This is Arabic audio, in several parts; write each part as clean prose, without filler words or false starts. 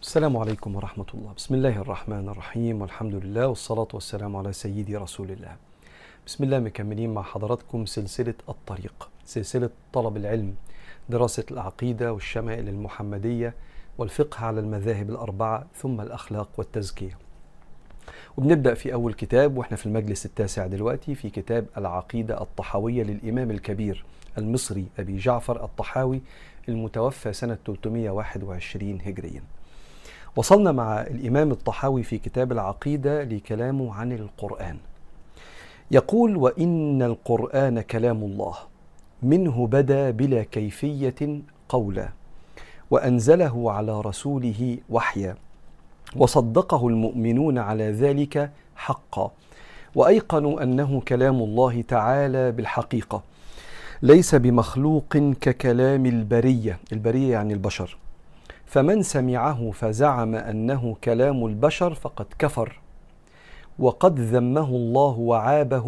السلام عليكم ورحمة الله. بسم الله الرحمن الرحيم، والحمد لله والصلاة والسلام على سيدي رسول الله. بسم الله، مكملين مع حضراتكم سلسلة الطريق، سلسلة طلب العلم، دراسة العقيدة والشمائل المحمدية والفقه على المذاهب الأربعة، ثم الأخلاق والتزكية. وبنبدأ في أول كتاب، وإحنا في المجلس التاسع دلوقتي، في كتاب العقيدة الطحاوية للإمام الكبير المصري أبي جعفر الطحاوي، المتوفى سنة 321 هجريا. وصلنا مع الإمام الطحاوي في كتاب العقيدة لكلامه عن القرآن. يقول: وإن القرآن كلام الله، منه بدا بلا كيفية قولا، وأنزله على رسوله وحيا، وصدقه المؤمنون على ذلك حقا، وأيقنوا أنه كلام الله تعالى بالحقيقة، ليس بمخلوق ككلام البرية يعني البشر. فمن سمعه فزعم أنه كلام البشر فقد كفر، وقد ذمه الله وعابه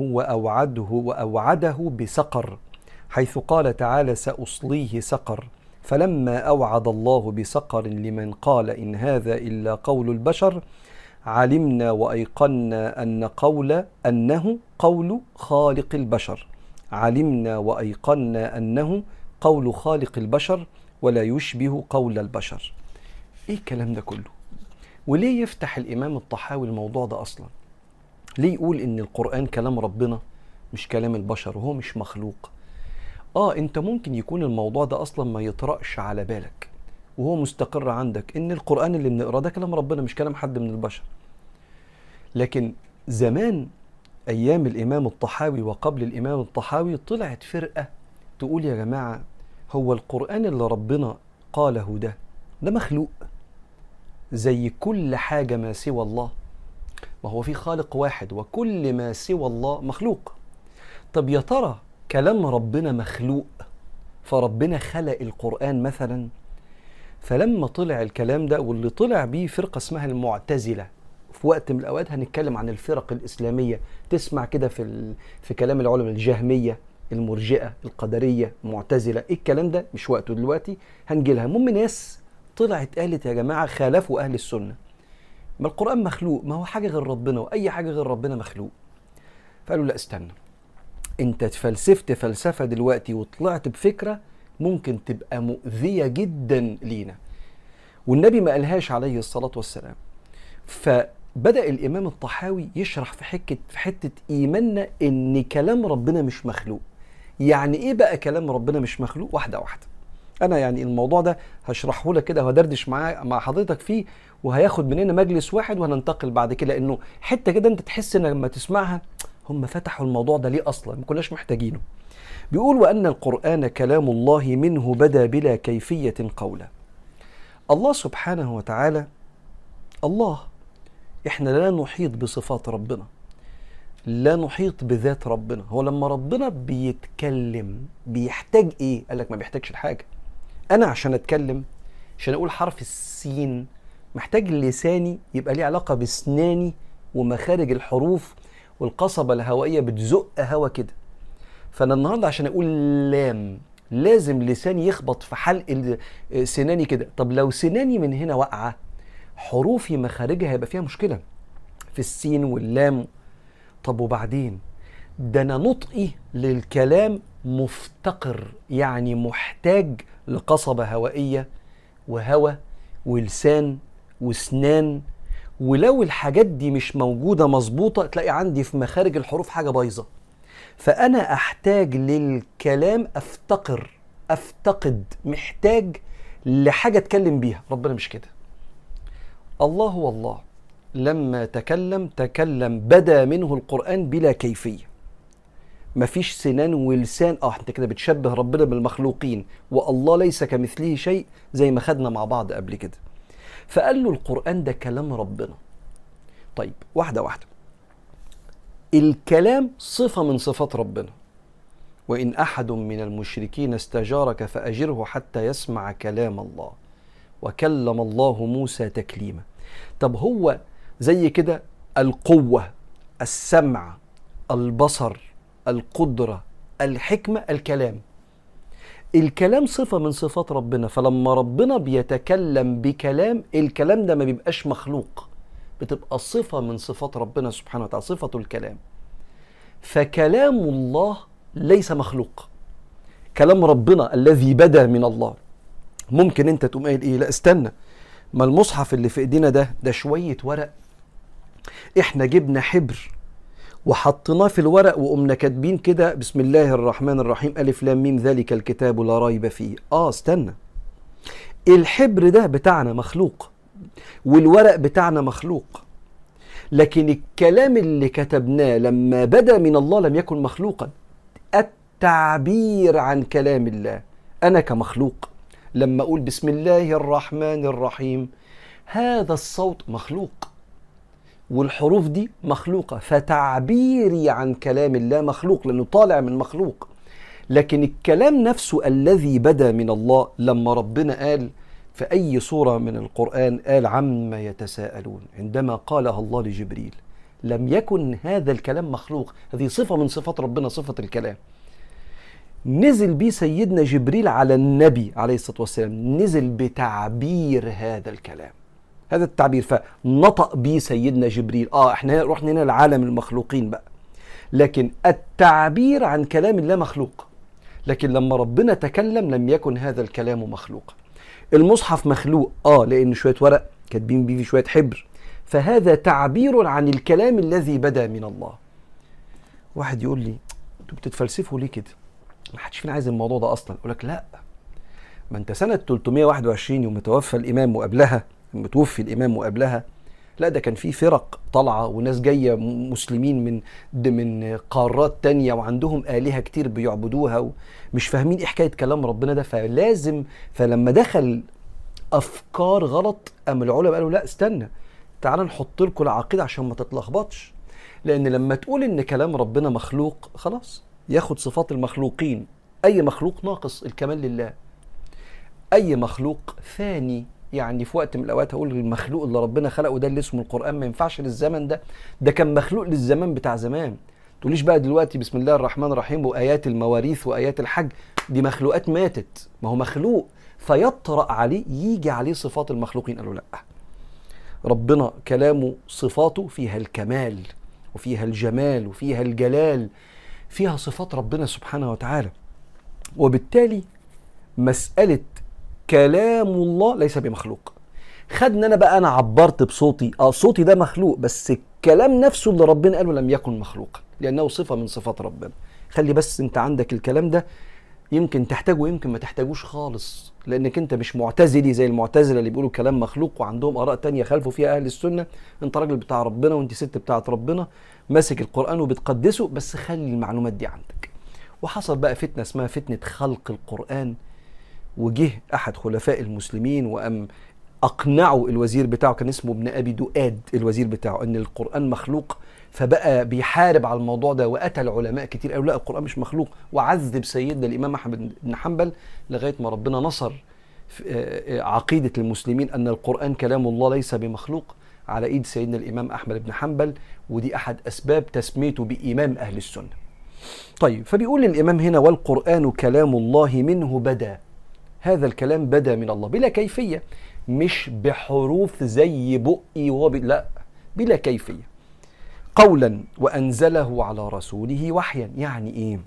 وأوعده بسقر، حيث قال تعالى: سأصليه سقر. فلما أوعد الله بسقر لمن قال إن هذا إلا قول البشر، علمنا وأيقنا أنه قول خالق البشر. علمنا وأيقنا أنه قول خالق البشر، ولا يشبه قول البشر. ايه الكلام ده كله؟ وليه يفتح الإمام الطحاوي الموضوع ده أصلا؟ ليه يقول إن القرآن كلام ربنا مش كلام البشر وهو مش مخلوق؟ انت ممكن يكون الموضوع ده أصلا ما يطرقش على بالك، وهو مستقر عندك إن القرآن اللي بنقراه ده كلام ربنا مش كلام حد من البشر. لكن زمان، أيام الإمام الطحاوي وقبل الإمام الطحاوي، طلعت فرقة تقول: يا جماعة، هو القرآن اللي ربنا قاله ده مخلوق زي كل حاجة ما سوى الله؟ ما هو في خالق واحد، وكل ما سوى الله مخلوق. طب يا ترى كلام ربنا مخلوق فربنا خلق القرآن مثلا؟ فلما طلع الكلام ده، واللي طلع بيه فرقة اسمها المعتزلة، في وقت من الأوقات هنتكلم عن الفرق الإسلامية، تسمع كده في كلام العلماء: الجهمية، المرجئة، القدرية، المعتزلة. ايه الكلام ده؟ مش وقته دلوقتي، هنجيلها. المهم ناس طلعت قالت: يا جماعة، خالفوا أهل السنة، ما القرآن مخلوق، ما هو حاجة غير ربنا، وأي حاجة غير ربنا مخلوق. فقالوا: لا، استنى، انت اتفلسفت فلسفة دلوقتي وطلعت بفكرة ممكن تبقى مؤذية جدا لينا، والنبي ما قالهاش عليه الصلاة والسلام. فبدأ الإمام الطحاوي يشرح في حتة إيماننا إن كلام ربنا مش مخلوق. يعني إيه بقى كلام ربنا مش مخلوق؟ واحدة واحدة. أنا يعني الموضوع ده هشرحه لك كده وهدردش مع حضرتك فيه، وهياخد مننا مجلس واحد وهننتقل بعد كده، لأنه حتة كده أنت تحس إن لما تسمعها هم فتحوا الموضوع ده ليه أصلا، ما كناش محتاجينه. بيقول: وأن القرآن كلام الله، منه بدا بلا كيفية قولا. الله سبحانه وتعالى الله، احنا لا نحيط بصفات ربنا، لا نحيط بذات ربنا. هو لما ربنا بيتكلم بيحتاج ايه؟ قالك ما بيحتاجش الحاجة. انا عشان اتكلم، عشان اقول حرف السين، محتاج لساني يبقى ليه علاقة بسناني ومخارج الحروف، والقصبة الهوائية بتزق هوا كده. فانا النهاردة عشان اقول لام لازم لساني يخبط في حلق سناني كده. طب لو سناني من هنا واقعة، حروفي مخارجها هيبقى فيها مشكلة في السين واللام. طب وبعدين؟ ده انا نطقي للكلام مفتقر، يعني محتاج لقصبة هوائية وهوى ولسان وسنان. ولو الحاجات دي مش موجودة مظبوطة، تلاقي عندي في مخارج الحروف حاجة بايظة. فأنا أحتاج للكلام، أفتقد، محتاج لحاجة أتكلم بيها. ربنا مش كده. الله هو الله، لما تكلم بدا منه القرآن بلا كيفية، مفيش سنان ولسان. انت كده بتشبه ربنا بالمخلوقين، والله ليس كمثله شيء، زي ما خدنا مع بعض قبل كده. فقال له القرآن ده كلام ربنا. طيب، واحدة واحدة. الكلام صفة من صفات ربنا: وإن أحد من المشركين استجارك فأجره حتى يسمع كلام الله، وكلم الله موسى تكليما. طب هو زي كده القوة، السمع، البصر، القدرة، الحكمة، الكلام. الكلام صفة من صفات ربنا، فلما ربنا بيتكلم بكلام، الكلام ده ما بيبقاش مخلوق، بتبقى صفة من صفات ربنا سبحانه وتعالى، صفة الكلام. فكلام الله ليس مخلوق، كلام ربنا الذي بدا من الله. ممكن انت تقوم قايل ايه، لا استنى، ما المصحف اللي في ايدينا ده شوية ورق، احنا جبنا حبر وحطيناه في الورق وقمنا كاتبين كده بسم الله الرحمن الرحيم ألف لام ميم ذلك الكتاب لا ريب فيه. استنى، الحبر ده بتاعنا مخلوق والورق بتاعنا مخلوق، لكن الكلام اللي كتبناه لما بدأ من الله لم يكن مخلوقا. التعبير عن كلام الله، أنا كمخلوق لما أقول بسم الله الرحمن الرحيم، هذا الصوت مخلوق والحروف دي مخلوقة، فتعبيري عن كلام الله مخلوق لأنه طالع من مخلوق. لكن الكلام نفسه الذي بدأ من الله، لما ربنا قال في أي سورة من القرآن قال عما يتساءلون، عندما قالها الله لجبريل، لم يكن هذا الكلام مخلوق، هذه صفة من صفات ربنا، صفة الكلام. نزل بيه سيدنا جبريل على النبي عليه الصلاة والسلام، نزل بتعبير هذا الكلام، هذا التعبير، فنطق بيه سيدنا جبريل. احنا رحنا هنا لعالم المخلوقين بقى، لكن التعبير عن كلام الله مخلوق، لكن لما ربنا تكلم لم يكن هذا الكلام مخلوقا. المصحف مخلوق لأن شوية ورق كاتبين بيه في شوية حبر، فهذا تعبير عن الكلام الذي بدأ من الله. واحد يقول لي انتوا بتتفلسفوا ليه كده؟ ما حدش فينا عايز الموضوع ده اصلا. اقول لك لا، ما انت سنة 321 يوم توفى الامام وقبلها، متوفي الامام وقبلها، لا ده كان في فرق طالعه وناس جايه مسلمين من قارات تانية وعندهم آلهة كتير بيعبدوها ومش فاهمين ايه حكايه كلام ربنا ده. فلما دخل افكار غلط قام العلماء قالوا لا استنى، تعال نحط لكم العقيده عشان ما تتلخبطش. لان لما تقول ان كلام ربنا مخلوق خلاص ياخد صفات المخلوقين، اي مخلوق ناقص الكمال لله، اي مخلوق ثاني. يعني في وقت من الاوقات هقول المخلوق اللي ربنا خلقه ده اللي اسمه القرآن ما ينفعش للزمن ده كان مخلوق للزمان بتاع زمان. تقوليش بقى دلوقتي بسم الله الرحمن الرحيم وايات المواريث وايات الحج، دي مخلوقات ماتت، ما هو مخلوق فيطرأ عليه يجي عليه صفات المخلوقين. قالوا لا، ربنا كلامه صفاته فيها الكمال وفيها الجمال وفيها الجلال، فيها صفات ربنا سبحانه وتعالى. وبالتالي مسألة كلام الله ليس بمخلوق. خدنا انا عبرت بصوتي، صوتي ده مخلوق، بس الكلام نفسه اللي ربنا قاله لم يكن مخلوقا لانه صفة من صفات ربنا. خلي بس انت عندك الكلام ده، يمكن تحتاجه يمكن ما تحتاجوش خالص، لانك انت مش معتزلي زي المعتزلة اللي بيقولوا كلام مخلوق وعندهم اراء تانية خالفوا فيها اهل السنة. انت راجل بتاع ربنا وانت ست بتاعت ربنا، ماسك القرآن وبتقدسه، بس خلي المعلومات دي عندك. وحصل بقى فتنة اسمها فتنة خلق القرآن، وجه احد خلفاء المسلمين وقام اقنعوا الوزير بتاعه، كان اسمه ابن ابي دؤاد الوزير بتاعه، ان القرآن مخلوق، فبقى بيحارب على الموضوع ده وقتل علماء كتير قالوا لا القرآن مش مخلوق، وعذب سيدنا الامام احمد بن حنبل لغاية ما ربنا نصر عقيدة المسلمين ان القرآن كلام الله ليس بمخلوق على ايد سيدنا الامام احمد بن حنبل، ودي احد اسباب تسميته بامام اهل السنة. طيب، فبيقول الامام هنا والقرآن كلام الله منه بدا، هذا الكلام بدا من الله بلا كيفية، مش بحروف زي بقي لا، بلا كيفية، قولا وأنزله على رسوله وحيا. يعني إيه؟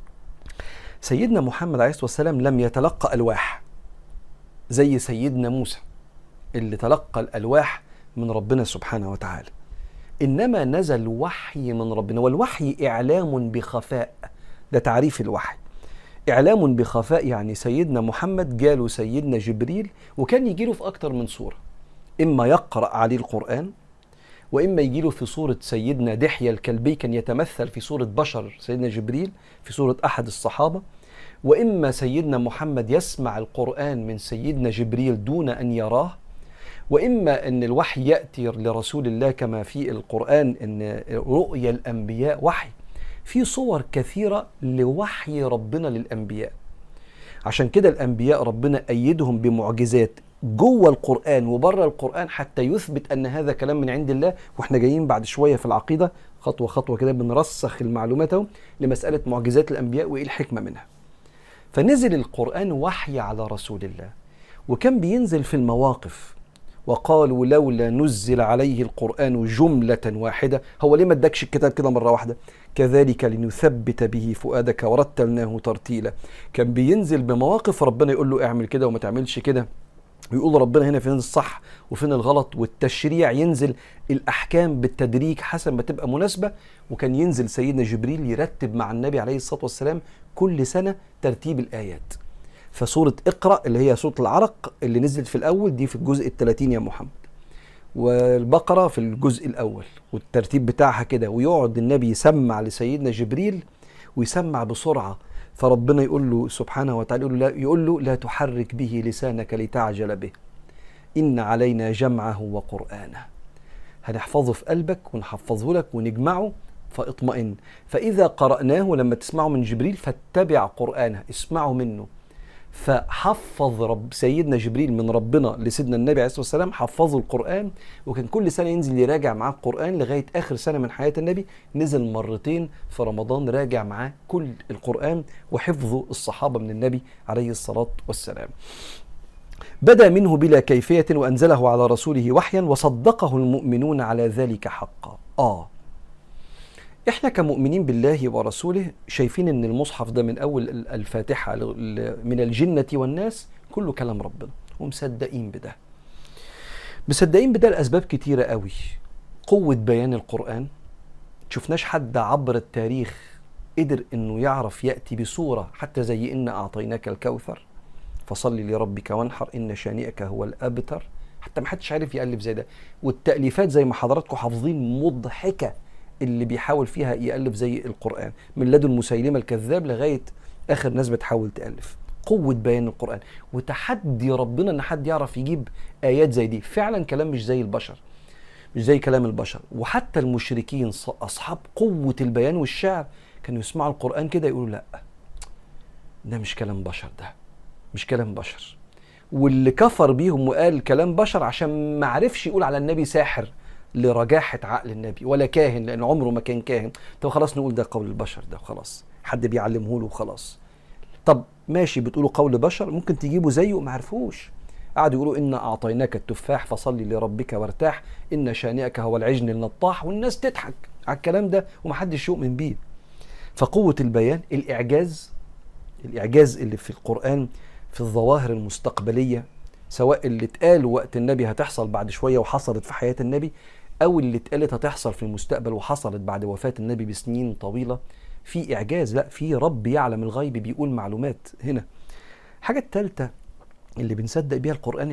سيدنا محمد عليه الصلاة والسلام لم يتلقى ألواح زي سيدنا موسى اللي تلقى الألواح من ربنا سبحانه وتعالى، إنما نزل وحي من ربنا، والوحي إعلام بخفاء، ده تعريف الوحي، إعلام بخفاء. يعني سيدنا محمد جاله سيدنا جبريل، وكان يجيله في أكتر من صورة، إما يقرأ عليه القرآن، وإما يجيله في صورة سيدنا دحية الكلبي، كان يتمثل في صورة بشر سيدنا جبريل في صورة أحد الصحابة، وإما سيدنا محمد يسمع القرآن من سيدنا جبريل دون أن يراه، وإما أن الوحي يأتي لرسول الله كما في القرآن أن رؤيا الأنبياء وحي. في صور كثيرة لوحي ربنا للأنبياء، عشان كده الأنبياء ربنا أيدهم بمعجزات جوه القرآن وبره القرآن حتى يثبت أن هذا كلام من عند الله. وإحنا جايين بعد شوية في العقيدة خطوة خطوة كده بنرسخ المعلومات لمسألة معجزات الأنبياء وإيه الحكمة منها. فنزل القرآن وحي على رسول الله، وكان بينزل في المواقف. وقالوا لولا نزل عليه القرآن جملة واحدة. هو ليه ما ادكش الكتاب كده مرة واحدة؟ كذلك لنثبت به فؤادك ورتلناه ترتيلا. كان بينزل بمواقف ربنا يقول له اعمل كده وما تعملش كده، ويقول ربنا هنا فين الصح وفين الغلط، والتشريع ينزل الأحكام بالتدريج حسب ما تبقى مناسبة. وكان ينزل سيدنا جبريل يرتب مع النبي عليه الصلاة والسلام كل سنة ترتيب الآيات. فسورة اقرأ اللي هي سورة العلق اللي نزلت في الأول دي في الجزء 30 يا محمد، والبقرة في الجزء الأول، والترتيب بتاعها كده. ويقعد النبي يسمع لسيدنا جبريل ويسمع بسرعة، فربنا يقول له سبحانه وتعالى يقول له لا تحرك به لسانك لتعجل به إن علينا جمعه وقرآنه. هنحفظه في قلبك ونحفظه لك ونجمعه فاطمئن. فإذا قرأناه لما تسمعه من جبريل فاتبع قرآنه، اسمعه منه. فحفظ سيدنا جبريل من ربنا لسيدنا النبي عليه الصلاة والسلام، حفظه القرآن. وكان كل سنة ينزل يراجع معاه القرآن لغاية آخر سنة من حياة النبي. نزل مرتين في رمضان راجع معاه كل القرآن وحفظه الصحابة من النبي عليه الصلاة والسلام. بدأ منه بلا كيفية وأنزله على رسوله وحيا وصدقه المؤمنون على ذلك حقا. احنا كمؤمنين بالله ورسوله شايفين ان المصحف ده من اول الفاتحة من الجنة والناس كله كلام ربنا، ومصدقين بده. مصدقين بده لأسباب كتيرة قوي. قوة بيان القرآن، شفناش حد عبر التاريخ قدر انه يعرف يأتي بصورة حتى زي إن أعطيناك الكوثر فصلي لربك وانحر إن شانئك هو الأبتر. حتى ما حدش عارف يألف زي ده. والتأليفات زي ما حضراتكم حافظين مضحكة، اللي بيحاول فيها يألف زي القرآن من لدن مسيلمة الكذاب لغاية آخر ناس بتحاول تألف. قوة بيان القرآن وتحدي ربنا ان حد يعرف يجيب آيات زي دي. فعلا كلام مش زي البشر، مش زي كلام البشر. وحتى المشركين أصحاب قوة البيان والشعر كانوا يسمعوا القرآن كده يقولوا لا ده مش كلام بشر، ده مش كلام بشر. واللي كفر بيهم وقال كلام بشر عشان ما عرفش يقول على النبي ساحر لرجاحة عقل النبي، ولا كاهن لأن عمره ما كان كاهن. طب خلاص نقول ده قول البشر ده وخلاص، حد بيعلمه له وخلاص. طب ماشي بتقولوا قول بشر، ممكن تجيبوا زيه ما عرفوش. قعدوا يقولوا إن أعطيناك التفاح فصلي لربك وارتاح إن شانئك هو العجن النطاح، والناس تضحك على الكلام ده ومحدش يؤمن بيه. فقوة البيان، الإعجاز اللي في القرآن في الظواهر المستقبلية، سواء اللي اتقال وقت النبي هتحصل بعد شوية وحصلت في حياة النبي، أو اللي اتقالت هتحصل في المستقبل وحصلت بعد وفاة النبي بسنين طويلة. في إعجاز، لا في رب يعلم الغيب بيقول معلومات هنا. حاجة التالتة اللي بنصدق بيها القرآن،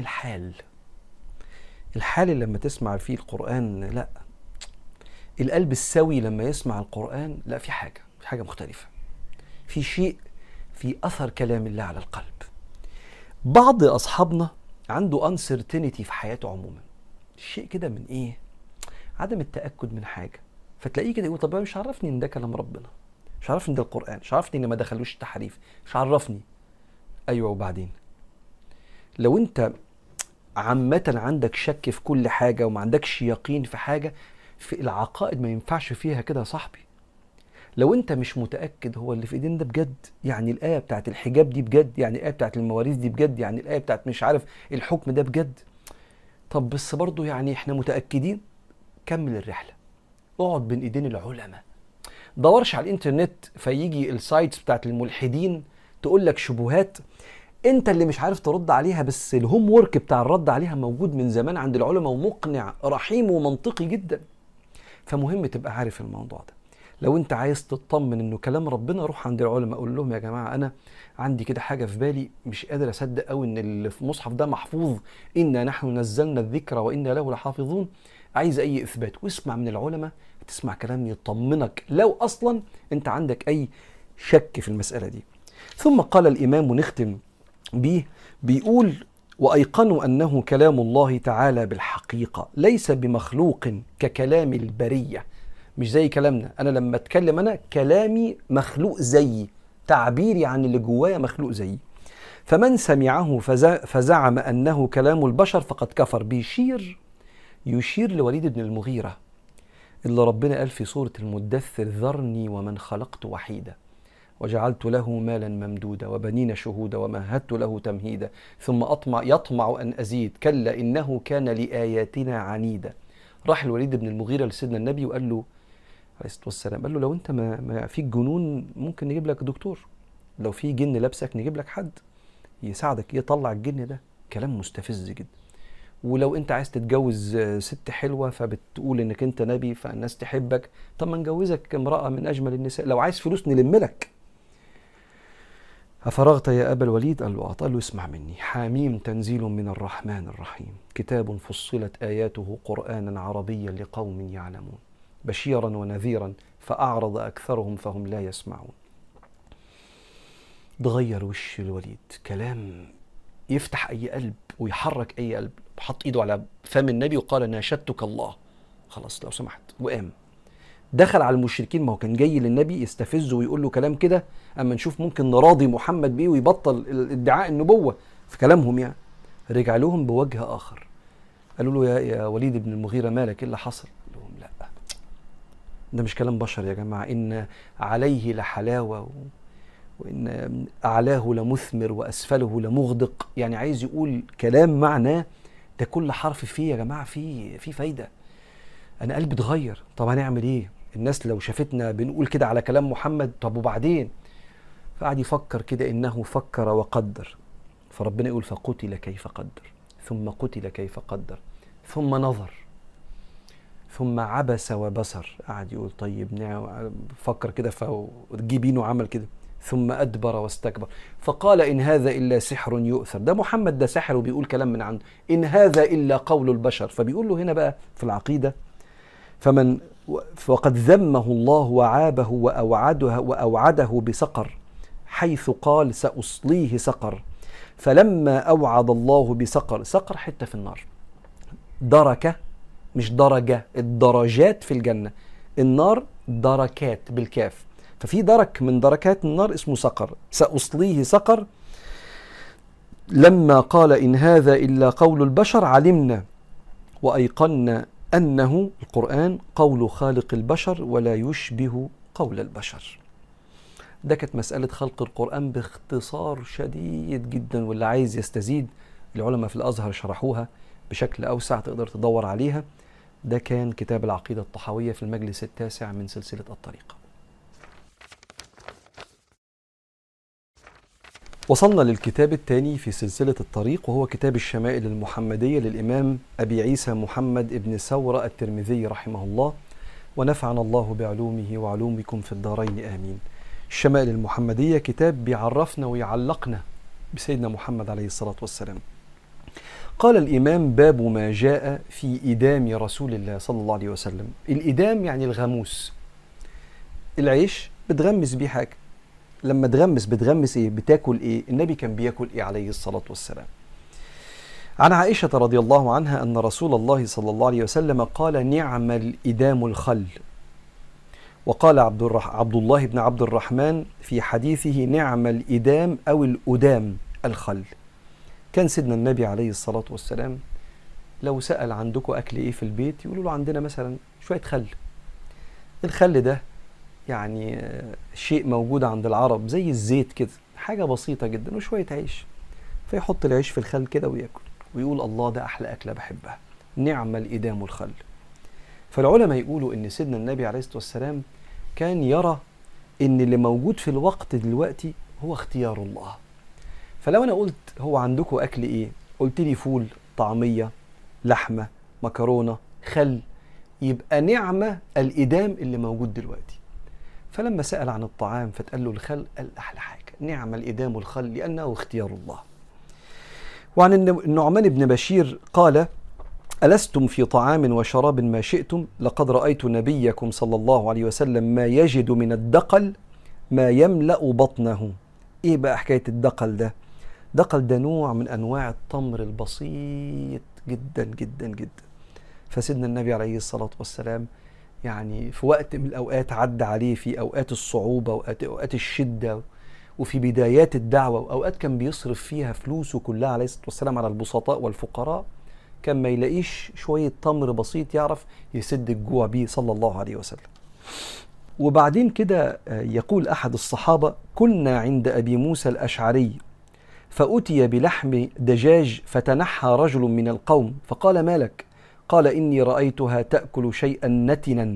الحال اللي لما تسمع فيه القرآن، لا القلب السوي لما يسمع القرآن، لا في حاجة مختلفة، في شيء في أثر كلام الله على القلب. بعض أصحابنا عنده uncertainty في حياته عموما، شيء كده من إيه؟ عدم التأكد من حاجة. فتلاقيه كده يقول طب مش عرفني إن ده كلام ربنا، مش عرفني ده القرآن، مش عرفني إن ما دخلوش التحريف، مش عرفني. أيوة وبعدين لو أنت عامة عندك شك في كل حاجة وما عندكش يقين في حاجة، في العقائد ما ينفعش فيها كده يا صاحبي. لو انت مش متأكد هو اللي في ايدين ده بجد، يعني الآية بتاعت الحجاب دي بجد، يعني الآية بتاعت المواريث دي بجد، يعني الآية بتاعت مش عارف الحكم ده بجد، طب بس برضو يعني احنا متأكدين، كمل الرحلة، اقعد بين ايدين العلماء. دورش على الانترنت فيجي السايتس بتاعت الملحدين تقول لك شبهات انت اللي مش عارف ترد عليها، بس الهوم وورك بتاع الرد عليها موجود من زمان عند العلماء ومقنع رحيم ومنطقي جدا. فمهم تبقى عارف الموضوع ده. لو انت عايز تطمن انه كلام ربنا، روح عند العلماء قول لهم يا جماعة انا عندي كده حاجة في بالي، مش قادر اصدق قوي ان اللي في المصحف ده محفوظ إنا نحن نزلنا الذكر وإنا له لحافظون، عايز اي اثبات. واسمع من العلماء، تسمع كلام يطمنك لو اصلا انت عندك اي شك في المسألة دي. ثم قال الامام ونختم بيه، بيقول وأيقنوا أنه كلام الله تعالى بالحقيقة ليس بمخلوق ككلام البرية. مش زي كلامنا، أنا لما أتكلم أنا كلامي مخلوق زيي، تعبيري عن اللي جوايا مخلوق زيي. فمن سمعه فزعم أنه كلام البشر فقد كفر. يشير لوليد بن المغيرة اللي ربنا قال في سورة المدثر ذرني ومن خلقت وحيدا وجعلت له مالا ممدودا وبنين شهودا ومهدت له تمهيدا ثم يطمع أن أزيد كلا إنه كان لآياتنا عنيدا. راح الوليد بن المغيرة لسيدنا النبي وقال له عليه الصلاة والسلام، قال له لو أنت ما فيك جنون ممكن نجيب لك دكتور، لو في جن لابسك نجيب لك حد يساعدك يطلع الجن ده. كلام مستفز جدا. ولو انت عايز تتجوز ست حلوة فبتقول انك انت نبي فالناس تحبك، طب ما نجوزك امرأة من اجمل النساء. لو عايز فلوس نلملك. أفرغت يا أبا الوليد؟ قال له قال له اسمع مني، حاميم تنزيل من الرحمن الرحيم، كتاب فصلت آياته قرآنا عربيا لقوم يعلمون، بشيرا ونذيرا فأعرض أكثرهم فهم لا يسمعون. تغير وش الوليد، كلام يفتح أي قلب ويحرك أي قلب. حط إيده على فم النبي وقال ناشدتك الله، خلاص لو سمحت، وقام دخل على المشركين. ما هو كان جاي للنبي يستفزه ويقول له كلام كده اما نشوف ممكن نراضي محمد بيه ويبطل ادعاء النبوة في كلامهم يعني. رجع لهم بوجه آخر، قالوا له يا وليد بن المغيرة مالك، ايه اللي حصل؟ قال لهم لا، ده مش كلام بشر يا جماعة، إن عليه لحلاوة وإن أعلاه لمثمر وأسفله لمغدق. يعني عايز يقول كلام معناه ده كل حرف فيه يا جماعة فيه فايدة. أنا قلبي اتغير، طب هنعمل إيه؟ الناس لو شافتنا بنقول كده على كلام محمد، طب وبعدين؟ فقعد يفكر كده، إنه فكر وقدر. فربنا يقول فقتل كيف قدر، ثم قتل كيف قدر، ثم نظر، ثم عبس وبصر. قعد يقول طيب فكر كده فجيبينه عمل كده، ثم أدبر واستكبر فقال إن هذا إلا سحر يؤثر. ده محمد ده سحر وبيقول كلام من عنده، إن هذا إلا قول البشر. فبيقول له هنا بقى في العقيدة وقد ذمه الله وعابه وأوعده بسقر، حيث قال سأصليه سقر. فلما أوعد الله بسقر، سقر حتة في النار، دركة مش درجة، الدرجات في الجنة، النار دركات بالكاف، ففي درك من دركات النار اسمه سقر، سأصليه سقر. لما قال إن هذا إلا قول البشر علمنا وأيقنا أنه القرآن قول خالق البشر ولا يشبه قول البشر. ده كانت مسألة خلق القرآن باختصار شديد جدا، واللي عايز يستزيد العلماء في الأزهر شرحوها بشكل أوسع، تقدر تدور عليها. ده كان كتاب العقيدة الطحاوية في المجلس التاسع من سلسلة الطريق. وصلنا للكتاب الثاني في سلسلة الطريق، وهو كتاب الشمائل المحمدية للإمام أبي عيسى محمد ابن ثورة الترمذي رحمه الله، ونفعنا الله بعلومه وعلومكم في الدارين آمين. الشمائل المحمدية كتاب بيعرفنا ويعلقنا بسيدنا محمد عليه الصلاة والسلام. قال الإمام باب ما جاء في إدام رسول الله صلى الله عليه وسلم. الإدام يعني الغموس، العيش بتغمس بيه حاجة. لما بتغمس إيه؟ بتاكل إيه؟ النبي كان بياكل إيه عليه الصلاة والسلام؟ عن عائشة رضي الله عنها أن رسول الله صلى الله عليه وسلم قال نعم الإدام الخل. وقال عبد الله بن عبد الرحمن في حديثه نعم الإدام أو الأدام الخل. كان سيدنا النبي عليه الصلاة والسلام لو سأل عندكم أكل إيه في البيت يقولوا له عندنا مثلا شوية خل. الخل ده يعني شيء موجود عند العرب زي الزيت كده، حاجة بسيطة جدا، وشوية عيش، فيحط العيش في الخل كده ويأكل ويقول الله ده أحلى أكلة بحبها، نعم الإدام الخل. فالعلماء يقولوا إن سيدنا النبي عليه الصلاة والسلام كان يرى إن اللي موجود في الوقت دلوقتي هو اختيار الله. فلو أنا قلت هو عندكم أكل إيه؟ قلت لي فول، طعمية، لحمة، مكرونة، خل، يبقى نعمة الإدام اللي موجود دلوقتي. فلما سأل عن الطعام فتقال له الخل، قال أحلى حاجة نعم الإدام الخل لأنه اختيار الله. وعن النعمان بن بشير قال ألستم في طعام وشراب ما شئتم لقد رأيت نبيكم صلى الله عليه وسلم ما يجد من الدقل ما يملأ بطنه. إيه بقى حكاية الدقل ده؟ دقل ده نوع من أنواع التمر البسيط جدا جدا جدا. فسيدنا النبي عليه الصلاة والسلام يعني في وقت من الأوقات عدى عليه في أوقات الصعوبة وأوقات الشدة وفي بدايات الدعوة، وأوقات كان بيصرف فيها فلوسه كلها عليه الصلاة والسلام على البسطاء والفقراء، كان ما يلاقيش شوية تمر بسيط يعرف يسد الجوع بيه صلى الله عليه وسلم. وبعدين كده يقول أحد الصحابة: كنا عند أبي موسى الأشعري فأتي بلحم دجاج فتنحى رجل من القوم فقال: ما لك؟ قال: إني رأيتها تأكل شيئا نتنا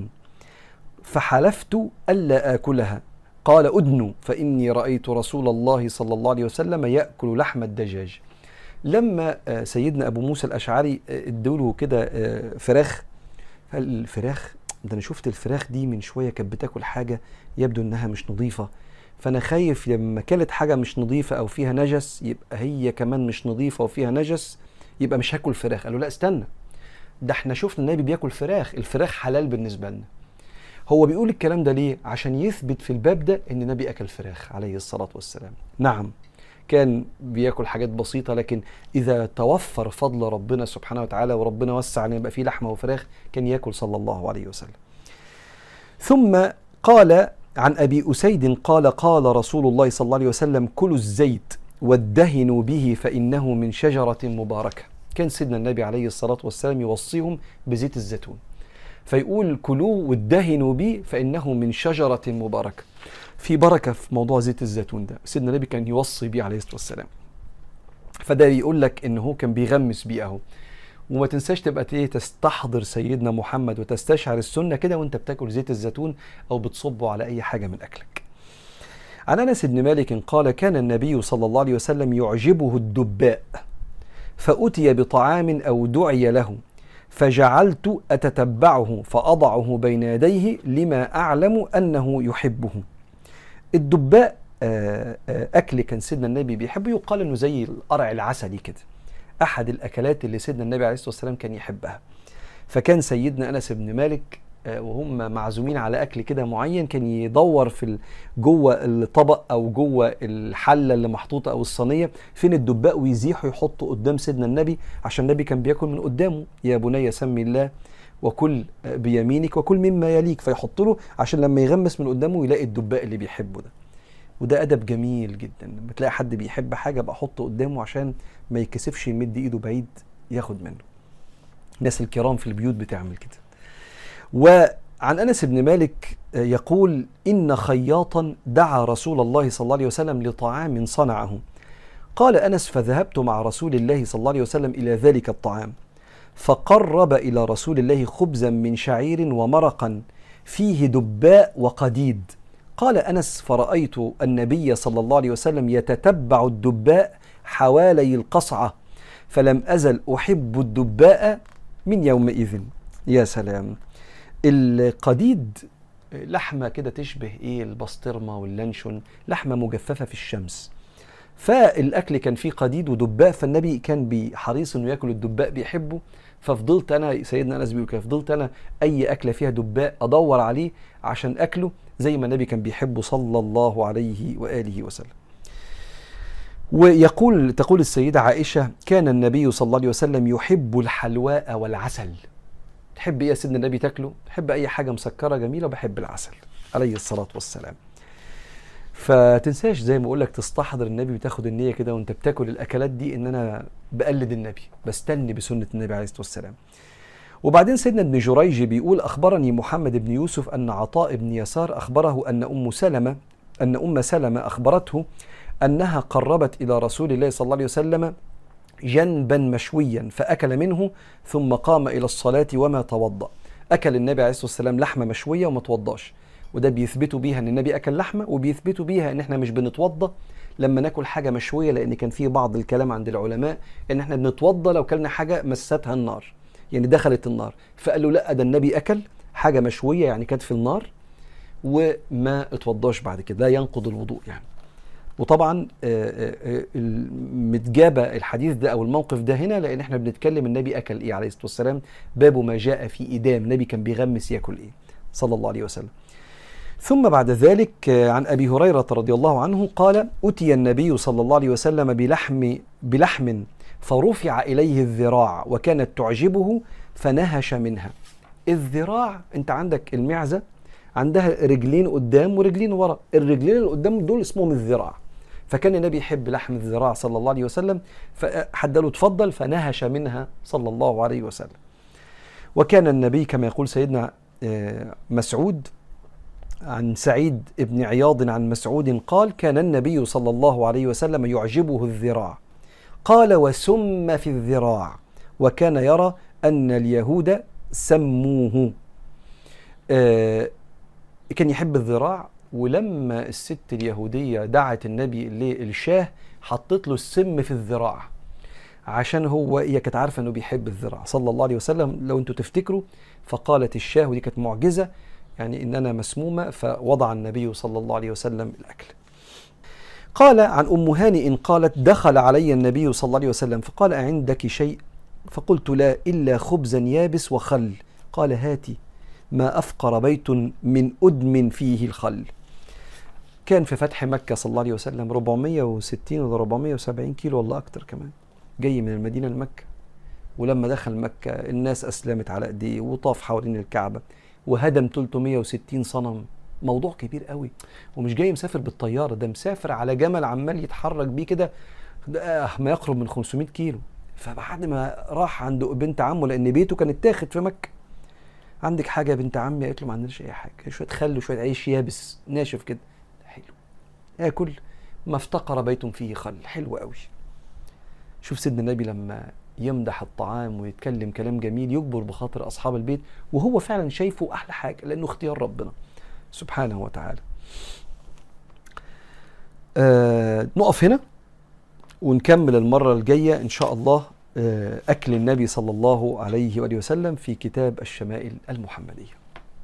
فحلفت ألا آكلها. قال: أدنوا فإني رأيت رسول الله صلى الله عليه وسلم يأكل لحم الدجاج. لما سيدنا أبو موسى الأشعري ادوله كده فراخ، فالفراخ ده أنا شفت الفراخ دي من شوية كانت بتاكل حاجة يبدو إنها مش نظيفة، فأنا خايف لما كلت حاجة مش نظيفة أو فيها نجس يبقى هي كمان مش نظيفة وفيها نجس، يبقى مش هاكل فراخ. قالوا: لا استنى، ده احنا شفنا النبي بياكل فراخ، الفراخ حلال بالنسبة لنا. هو بيقول الكلام ده ليه؟ عشان يثبت في الباب ده ان النبي اكل فراخ عليه الصلاة والسلام. نعم كان بياكل حاجات بسيطة، لكن إذا توفر فضل ربنا سبحانه وتعالى وربنا وسع أن يبقى فيه لحمة وفراخ كان يأكل صلى الله عليه وسلم. ثم قال عن أبي أسيد قال: قال رسول الله صلى الله عليه وسلم: كلوا الزيت وادهنوا به فإنه من شجرة مباركة. كان سيدنا النبي عليه الصلاة والسلام يوصيهم بزيت الزيتون، فيقول: كلوه وادهنوا به فإنه من شجرة مباركة. في بركة في موضوع زيت الزيتون ده، سيدنا النبي كان يوصي بيه عليه الصلاة والسلام. فده يقول لك إن هو كان بيغمس بيه أهو. وما تنساش تبقى تستحضر سيدنا محمد وتستشعر السنة كده وانت بتاكل زيت الزيتون أو بتصبه على أي حاجة من أكلك. عن أنس بن مالك قال: كان النبي صلى الله عليه وسلم يعجبه الدباء، فأتي بطعام أو دعي له فجعلت أتتبعه فأضعه بين يديه لما أعلم أنه يحبه. الدباء أكل كان سيدنا النبي بيحبه، يقال أنه زي القرع العسلي كده، أحد الأكلات اللي سيدنا النبي عليه الصلاة والسلام كان يحبها. فكان سيدنا أنس بن مالك وهم معزومين على أكل كده معين كان يدور في جوه الطبق أو جوه الحلة اللي محطوطة أو الصينية فين الدباء ويزيحه يحطه قدام سيدنا النبي، عشان النبي كان بياكل من قدامه: يا بني سمي الله وكل بيمينك وكل مما يليك، فيحط له عشان لما يغمس من قدامه يلاقي الدباء اللي بيحبه ده. وده أدب جميل جدا، لما تلاقي حد بيحب حاجة بقى حطه قدامه عشان ما يكسفش يمد إيده بعيد ياخد منه. الناس الكرام في البيوت بتعمل كده. وعن أنس بن مالك يقول: إن خياطا دعا رسول الله صلى الله عليه وسلم لطعام صنعه. قال أنس: فذهبت مع رسول الله صلى الله عليه وسلم إلى ذلك الطعام، فقرب إلى رسول الله خبزا من شعير ومرقا فيه دباء وقديد. قال أنس: فرأيت النبي صلى الله عليه وسلم يتتبع الدباء حوالي القصعة، فلم أزل أحب الدباء من يومئذ. يا سلام! القديد لحمة كده تشبه البسطرمة واللانشون، لحمة مجففة في الشمس، فالأكل كان فيه قديد ودباء، فالنبي كان حريص إنه يأكل الدباء بيحبه. ففضلت أنا، سيدنا أنس بيقول كده، فضلت أنا أي أكلة فيها دباء أدور عليه عشان أكله زي ما النبي كان بيحبه صلى الله عليه وآله وسلم. تقول السيدة عائشة: كان النبي صلى الله عليه وسلم يحب الحلواء والعسل. تحب ايه يا سيدنا النبي تاكله؟ تحب اي حاجة مسكرة جميلة؟ بحب العسل عليه الصلاة والسلام. فتنساش زي ما اقول لك تستحضر النبي وتاخد النية كده وانت بتاكل الاكلات دي ان انا بقلد النبي، بستني بسنة النبي عليه الصلاة والسلام. وبعدين سيدنا ابن جريج بيقول: أخبرني محمد بن يوسف أن عطاء بن يسار أخبره أن أم سلمة أخبرته أنها قربت إلى رسول الله صلى الله عليه وسلم جنبا مشويا فأكل منه ثم قام إلى الصلاة وما توضأ. أكل النبي عليه الصلاة والسلام لحمة مشوية وما توضاش، وده بيثبتوا بيها أن النبي أكل لحمة، وبيثبتوا بيها أن احنا مش بنتوضأ لما ناكل حاجة مشوية، لأن كان فيه بعض الكلام عند العلماء أن احنا بنتوضأ لو كلنا حاجة مستها النار، يعني دخلت النار. فقالوا لا، ده النبي أكل حاجة مشوية يعني كانت في النار وما اتوضاش بعد كده، لا ينقض الوضوء يعني. وطبعا متجابة الحديث ده أو الموقف ده هنا لأن احنا بنتكلم النبي أكل إيه عليه الصلاة والسلام، باب ما جاء في إدام، النبي كان بيغمس يأكل إيه صلى الله عليه وسلم. ثم بعد ذلك عن أبي هريرة رضي الله عنه قال: أتي النبي صلى الله عليه وسلم بلحم فرفع إليه الذراع وكانت تعجبه فنهش منها. الذراع، انت عندك المعزة عندها رجلين قدام ورجلين ورا، الرجلين اللي قدام دول اسمهم الذراع، فكان النبي يحب لحم الذراع صلى الله عليه وسلم، فحد له اتفضل فنهش منها صلى الله عليه وسلم. وكان النبي كما يقول سيدنا مسعود عن سعيد بن عياض عن مسعود قال كان النبي صلى الله عليه وسلم يعجبه الذراع، قال وسم في الذراع، وكان يرى أن اليهود سموه. كان يحب الذراع، ولما الست اليهودية دعت النبي للشاه حطت له السم في الذراع، عشان هي كانت عارفة أنه بيحب الذراع صلى الله عليه وسلم. لو أنتوا تفتكروا، فقالت الشاه، ودي كانت معجزة يعني إن أنا مسمومة، فوضع النبي صلى الله عليه وسلم الأكل. قال عن أم هانئ قالت دخل علي النبي صلى الله عليه وسلم فقال أعندك شيء؟ فقلت لا إلا خبزا يابس وخل. قال هاتي، ما أفقر بيت من أدم فيه الخل. كان في فتح مكة صلى الله عليه وسلم 460 ولا 470 كيلو ولا أكتر كمان، جاي من المدينة لمكة. ولما دخل مكة الناس أسلمت على أيديه، وطاف حوالين الكعبة، وهدم 360 صنم. موضوع كبير قوي، ومش جاي مسافر بالطيارة، ده مسافر على جمل عمال يتحرك بيه كده ما يقرب من 500 كيلو. فبعد ما راح عند بنت عمه، لأن بيته كان اتاخد في مكة، عندك حاجة يا بنت عمي؟ قالت له ما عندناش أي حاجة، شوية خل وشوية عيش يابس ناشف كده. حلو، آكل. ما افتقر بيت فيه خل. حلو قوي. شوف سيدنا النبي لما يمدح الطعام ويتكلم كلام جميل يجبر بخاطر أصحاب البيت، وهو فعلا شايفه أحلى حاجة، لأنه اختيار ربنا سبحانه وتعالى. نقف هنا ونكمل المرة الجاية إن شاء الله أكل النبي صلى الله عليه وآله وسلم في كتاب الشمائل المحمدية.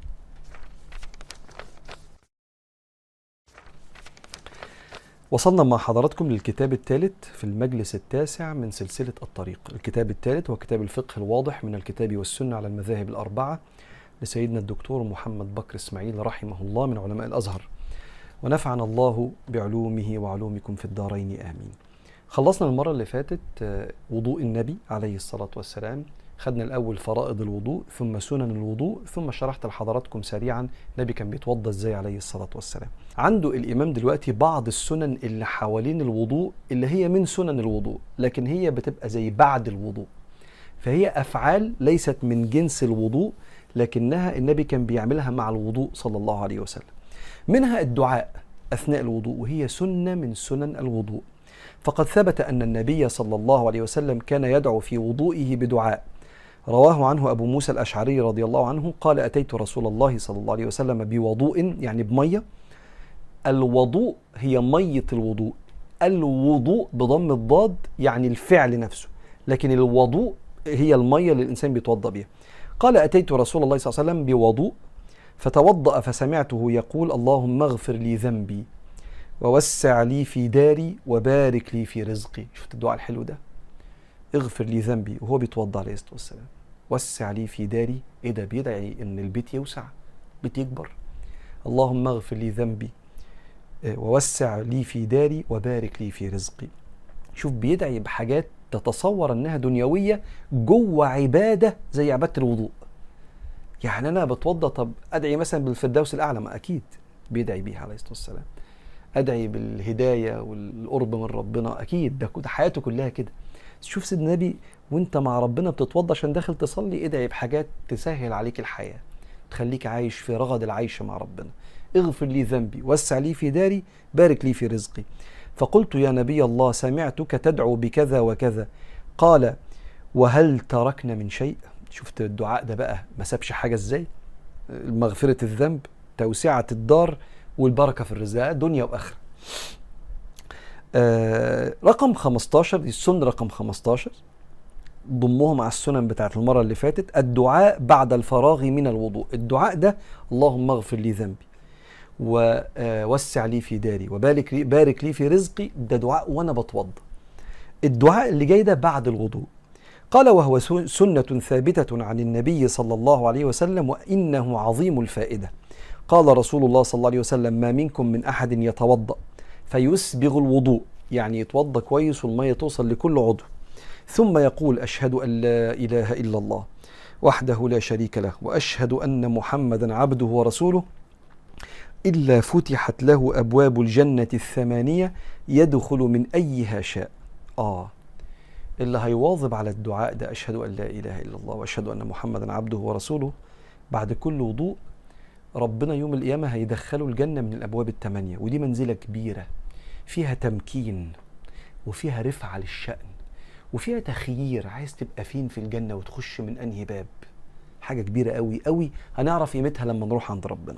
وصلنا مع حضراتكم للكتاب الثالث في المجلس التاسع من سلسلة الطريق. الكتاب الثالث هو كتاب الفقه الواضح من الكتاب والسنة على المذاهب الأربعة لسيدنا الدكتور محمد بكر إسماعيل رحمه الله من علماء الأزهر، ونفعنا الله بعلومه وعلومكم في الدارين آمين. خلصنا المرة اللي فاتت وضوء النبي عليه الصلاة والسلام. خدنا الأول فرائض الوضوء، ثم سنن الوضوء، ثم شرحت لحضراتكم سريعا النبي كان بيتوضى ازاي عليه الصلاة والسلام. عنده الإمام دلوقتي بعض السنن اللي حوالين الوضوء، اللي هي من سنن الوضوء لكن هي بتبقى زي بعد الوضوء، فهي أفعال ليست من جنس الوضوء لكنها النبي كان بيعملها مع الوضوء صلى الله عليه وسلم. منها الدعاء أثناء الوضوء، وهي سنة من سنن الوضوء. فقد ثبت أن النبي صلى الله عليه وسلم كان يدعو في وضوئه بدعاء، رواه عنه أبو موسى الأشعري رضي الله عنه قال أتيت رسول الله صلى الله عليه وسلم بوضوء، يعني بمية. الوضوء هي مية الوضوء، الوضوء بضم الضاد يعني الفعل نفسه، لكن الوضوء هي المية اللي الإنسان بيتوضأ بها. قال أتيت رسول الله صلى الله عليه وسلم بوضوء فتوضأ فسمعته يقول اللهم اغفر لي ذنبي ووسع لي في داري وبارك لي في رزقي. شفت الدعاء الحلو ده؟ اغفر لي ذنبي وهو بيتوضأ عليه الصلاة والسلام، وسع لي في داري. ايه ده؟ بيدعي ان البيت يوسع، بيت يكبر. اللهم اغفر لي ذنبي ووسع لي في داري وبارك لي في رزقي. شوف بيدعي بحاجات تتصور انها دنيوية جوه عبادة زي عبادة الوضوء. يعني انا بتوضأ، طب ادعي مثلا بالفردوس الاعلى؟ ما اكيد بيدعي بيها عليه الصلاة والسلام. ادعي بالهداية والقرب من ربنا، اكيد ده حياته كلها كده. شوف سيدنا النبي وانت مع ربنا بتتوضى عشان داخل تصلي، ادعي بحاجات تسهل عليك الحياة، تخليك عايش في رغد العيش مع ربنا. اغفر لي ذنبي، وسع لي في داري، بارك لي في رزقي. فقلت يا نبي الله سمعتك تدعو بكذا وكذا. قال وهل تركنا من شيء؟ شفت الدعاء ده بقى ما سابش حاجة ازاي؟ مغفرة الذنب، توسعة الدار، والبركة في الرزق دنيا وآخرة. رقم 15 دي السنة رقم 15 ضمهم على السنن بتاعت المرة اللي فاتت، الدعاء بعد الفراغ من الوضوء. الدعاء ده اللهم اغفر لي ذنبي ووسع لي في داري وبارك لي في رزقي، ده دعاء وانا بتوضى. الدعاء اللي جاي ده بعد الوضوء. قال وهو سنة ثابتة عن النبي صلى الله عليه وسلم وإنه عظيم الفائدة. قال رسول الله صلى الله عليه وسلم ما منكم من أحد يتوضأ فيسبغ الوضوء، يعني يتوضأ كويس والمية توصل لكل عضو، ثم يقول أشهد أن لا إله إلا الله وحده لا شريك له وأشهد أن محمدا عبده ورسوله إلا فتحت له أبواب الجنة الثمانية يدخل من أيها شاء. اللي هيواظب على الدعاء ده أشهد أن لا إله إلا الله وأشهد أن محمدا عبده ورسوله بعد كل وضوء، ربنا يوم القيامة هيدخله الجنة من الأبواب ال8، ودي منزلة كبيرة فيها تمكين وفيها رفعة للشأن وفيها تخيير، عايز تبقى فين في الجنة وتخش من أنهي باب. حاجة كبيرة قوي قوي، هنعرف قيمتها لما نروح عند ربنا.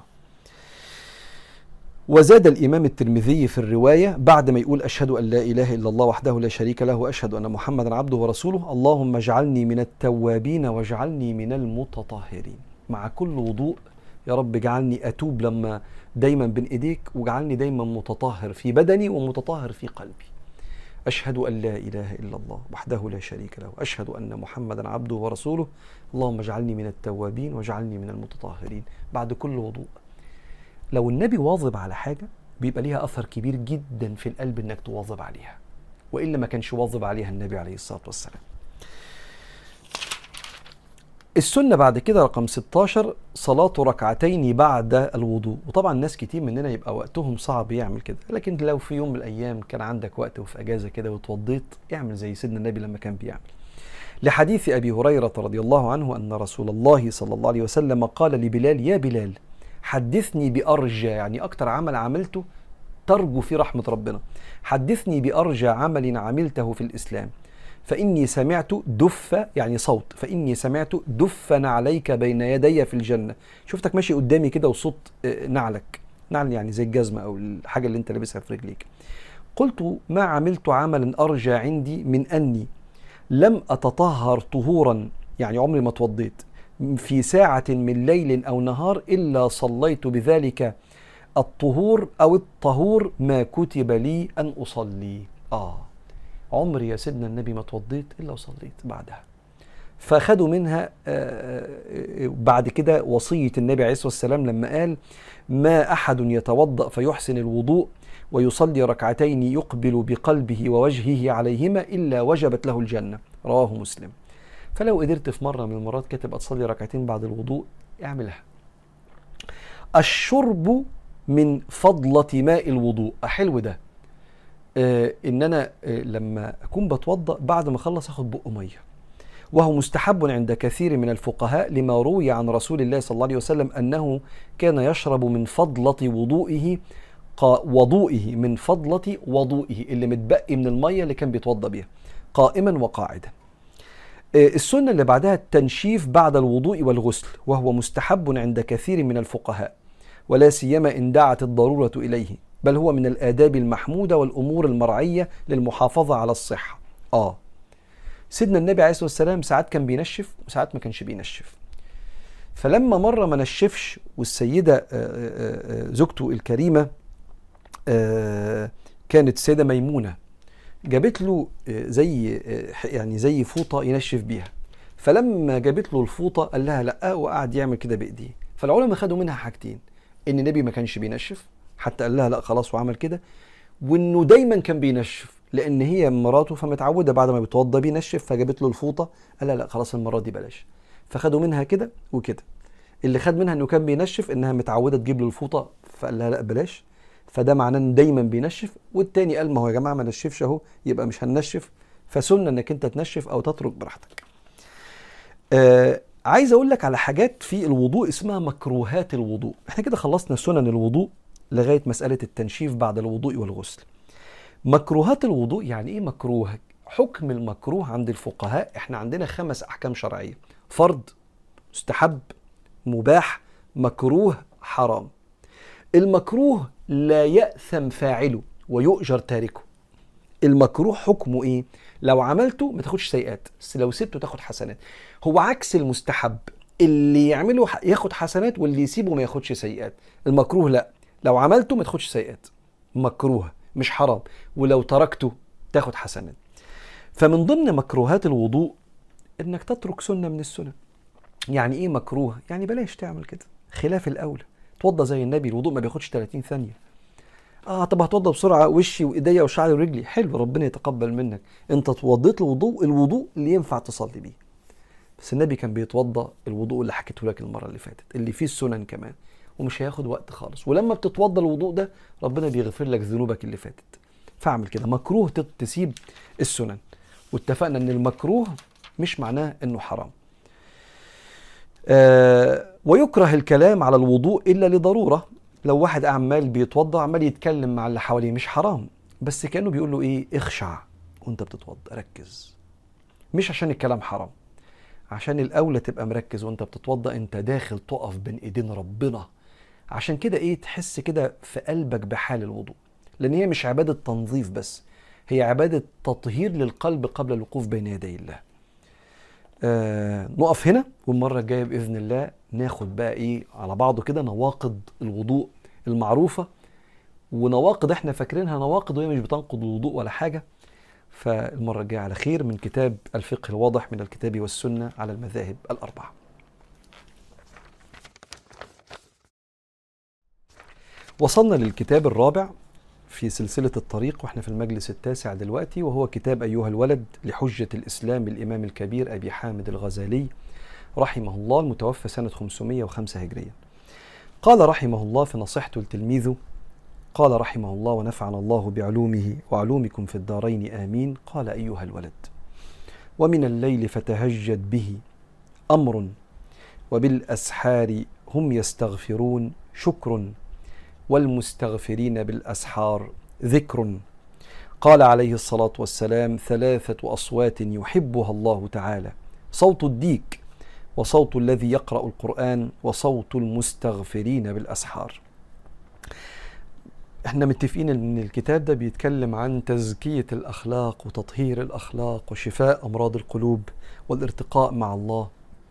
وزاد الإمام الترمذي في الرواية بعد ما يقول أشهد أن لا إله إلا الله وحده لا شريك له وأشهد أن محمدا عبده ورسوله، اللهم اجعلني من التوابين واجعلني من المتطهرين. مع كل وضوء يا رب اجعلني أتوب لما دايما بين إيديك، واجعلني دايما متطهر في بدني ومتطهر في قلبي. أشهد أن لا إله إلا الله وحده لا شريك له وأشهد أن محمدا عبده ورسوله، اللهم اجعلني من التوابين واجعلني من المتطهرين. بعد كل وضوء. لو النبي واظب على حاجة بيبقى ليها أثر كبير جدا في القلب إنك تواظب عليها، وإلا ما كانش واظب عليها النبي عليه الصلاة والسلام. السنة بعد كده رقم 16 صلاة ركعتين بعد الوضوء. وطبعا ناس كتير مننا يبقى وقتهم صعب يعمل كده، لكن لو في يوم من الأيام كان عندك وقت وفي أجازة كده وتوضيت، اعمل زي سيدنا النبي لما كان بيعمل. لحديث أبي هريرة رضي الله عنه أن رسول الله صلى الله عليه وسلم قال لبلال: يا بلال حدثني بأرجى، يعني أكتر عمل عملته ترجو في رحمة ربنا، حدثني بأرجى عمل عملته في الإسلام، فإني سمعت دف، يعني صوت، فإني سمعت دفا عليك بين يدي في الجنة. شفتك ماشي قدامي كده وصوت نعلك، نعل يعني زي الجزمة أو الحاجة اللي انت لابسها في رجليك. قلت: ما عملت عملا أرجى عندي من أني لم أتطهر طهورا، يعني عمري ما توضيت، في ساعة من ليل أو نهار إلا صليت بذلك الطهور أو الطهور ما كتب لي أن أصلي. عمري يا سيدنا النبي ما توضيت إلا وصليت بعدها. فأخذوا منها بعد كده وصية النبي عليه الصلاة والسلام لما قال: ما أحد يتوضأ فيحسن الوضوء ويصلي ركعتين يقبل بقلبه ووجهه عليهما إلا وجبت له الجنة، رواه مسلم. فلو قدرت في مرة من المرات كده تبقى تصلي ركعتين بعد الوضوء اعملها. الشرب من فضلة ماء الوضوء، حلو ده. ان انا لما اكون بتوضأ بعد ما اخلص اخد بق ميه، وهو مستحب عند كثير من الفقهاء لما روي عن رسول الله صلى الله عليه وسلم انه كان يشرب من فضلة وضوئه من فضلة وضوئه اللي متبقي من الميه اللي كان بيتوضأ بيها قائما وقاعدا. السنة اللي بعدها التنشيف بعد الوضوء والغسل، وهو مستحب عند كثير من الفقهاء ولا سيما إن دعت الضرورة إليه، بل هو من الآداب المحمودة والأمور المرعية للمحافظة على الصحة. سيدنا النبي عليه الصلاة والسلام ساعات كان بينشف وساعات ما كانش بينشف. فلما مرة ما نشفش والسيدة زوجته الكريمة كانت السيدة ميمونة جابت له زي فوطة ينشف بيها، فلما جابت له الفوطة قال لها لأ، وقعد يعمل كده بإيديه. فالعلماء خدوا منها حاجتين: إن النبي ما كانش بينشف حتى قال لها لأ خلاص وعمل كده، وإنه دايما كان بينشف لأن هي مراته فمتعودة بعد ما بيتوضى بينشف، فجابت له الفوطة قال لها لأ خلاص المرة دي بلاش. فخدوا منها كده وكده. اللي خد منها إنه كان بينشف إنها متعودة تجيب له الفوطة فقال لها لأ بلاش، فده معناه إنه دايما بينشف. والتاني قال ما هو يا جماعة ما نشفش أهو يبقى مش هننشف، فسنة إنك أنت تنشف أو تترك براحتك. عايز أقول لك على حاجات في الوضوء اسمها مكروهات الوضوء. احنا كده خلصنا سنن الوضوء لغاية مسألة التنشيف بعد الوضوء والغسل. مكروهات الوضوء يعني ايه مكروه؟ حكم المكروه عند الفقهاء احنا عندنا 5 أحكام شرعية: فرض، مستحب، مباح، مكروه، حرام. المكروه لا يأثم فاعله ويؤجر تاركه. المكروه حكمه ايه؟ لو عملته ما تاخدش سيئات، بس لو سبته تاخد حسنات. هو عكس المستحب، اللي يعمله ياخد حسنات واللي يسيبه ما ياخدش سيئات. المكروه لا، لو عملته ما تاخدش سيئات، مكروه مش حرام، ولو تركته تاخد حسنات. فمن ضمن مكروهات الوضوء انك تترك سنة من السنن. يعني ايه مكروه؟ يعني بلاش تعمل كده، خلاف الاولى. توضى زي النبي، الوضوء ما بياخدش 30 ثانية. طب هتوضى بسرعة وشي وايديا وشعري ورجلي، حلو ربنا يتقبل منك، انت توضيت الوضوء اللي ينفع تصلي بيه. بس النبي كان بيتوضى الوضوء اللي حكيته لك المرة اللي فاتت اللي فيه السنن كمان، ومش هياخد وقت خالص. ولما بتتوضى الوضوء ده ربنا بيغفر لك ذنوبك اللي فاتت. فاعمل كده. مكروه تسيب السنن، واتفقنا ان المكروه مش معناه انه حرام. ويكره الكلام على الوضوء إلا لضرورة. لو واحد عمال بيتوضأ عمال يتكلم مع اللي حواليه مش حرام، بس كأنه بيقول له إيه، اخشع وانت بتتوضأ، ركز. مش عشان الكلام حرام، عشان الأولى تبقى مركز وانت بتتوضأ، انت داخل تقف بين ايدين ربنا. عشان كده ايه، تحس كده في قلبك بحال الوضوء، لأن هي مش عبادة تنظيف بس، هي عبادة تطهير للقلب قبل الوقوف بين يدي الله. نقف هنا، والمرة الجاية بإذن الله ناخد بقى إيه على بعضه كده نواقض الوضوء المعروفة، ونواقض إحنا فاكرينها نواقض وهي مش بتنقض الوضوء ولا حاجة. فالمرة الجاية على خير من كتاب الفقه الواضح من الكتاب والسنة على المذاهب الأربعة. وصلنا للكتاب الرابع في سلسلة الطريق، واحنا في المجلس التاسع دلوقتي، وهو كتاب أيها الولد لحجة الإسلام الإمام الكبير أبي حامد الغزالي رحمه الله، المتوفى سنة 505 هجريا. قال رحمه الله في نصيحته لتلميذه، قال رحمه الله ونفعنا الله بعلومه وعلومكم في الدارين آمين. قال أيها الولد، ومن الليل فتهجد به أمر، وبالأسحار هم يستغفرون شكر، والمستغفرين بالأسحار ذكر. قال عليه الصلاة والسلام: ثلاثة أصوات يحبها الله تعالى، صوت الديك، وصوت الذي يقرأ القرآن، وصوت المستغفرين بالأسحار. احنا متفقين ان الكتاب ده بيتكلم عن تزكية الأخلاق وتطهير الأخلاق وشفاء أمراض القلوب والارتقاء مع الله.